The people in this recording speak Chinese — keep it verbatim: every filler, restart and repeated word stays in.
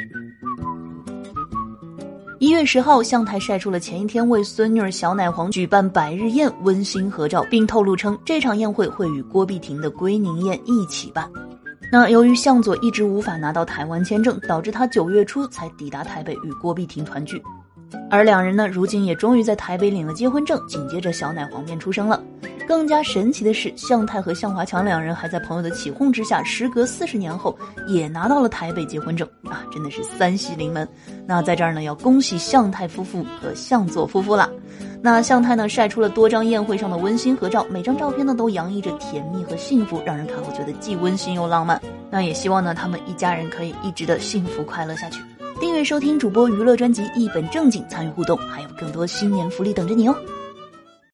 一月十号，向太晒出了前一天为孙女儿小奶黄举办百日宴温馨合照，并透露称这场宴会会与郭碧婷的归宁宴一起办。那由于向佐一直无法拿到台湾签证，导致他九月初才抵达台北与郭碧婷团聚。而两人呢，如今也终于在台北领了结婚证，紧接着小奶黄便出生了。更加神奇的是，向太和向华强两人还在朋友的起哄之下，时隔四十年后也拿到了台北结婚证啊，真的是三喜临门。那在这儿呢，要恭喜向太夫妇和向佐夫妇啦。那向太呢晒出了多张宴会上的温馨合照，每张照片呢都洋溢着甜蜜和幸福，让人看后觉得既温馨又浪漫。那也希望呢他们一家人可以一直的幸福快乐下去。订阅收听主播娱乐专辑一本正经，参与互动，还有更多新年福利等着你哦。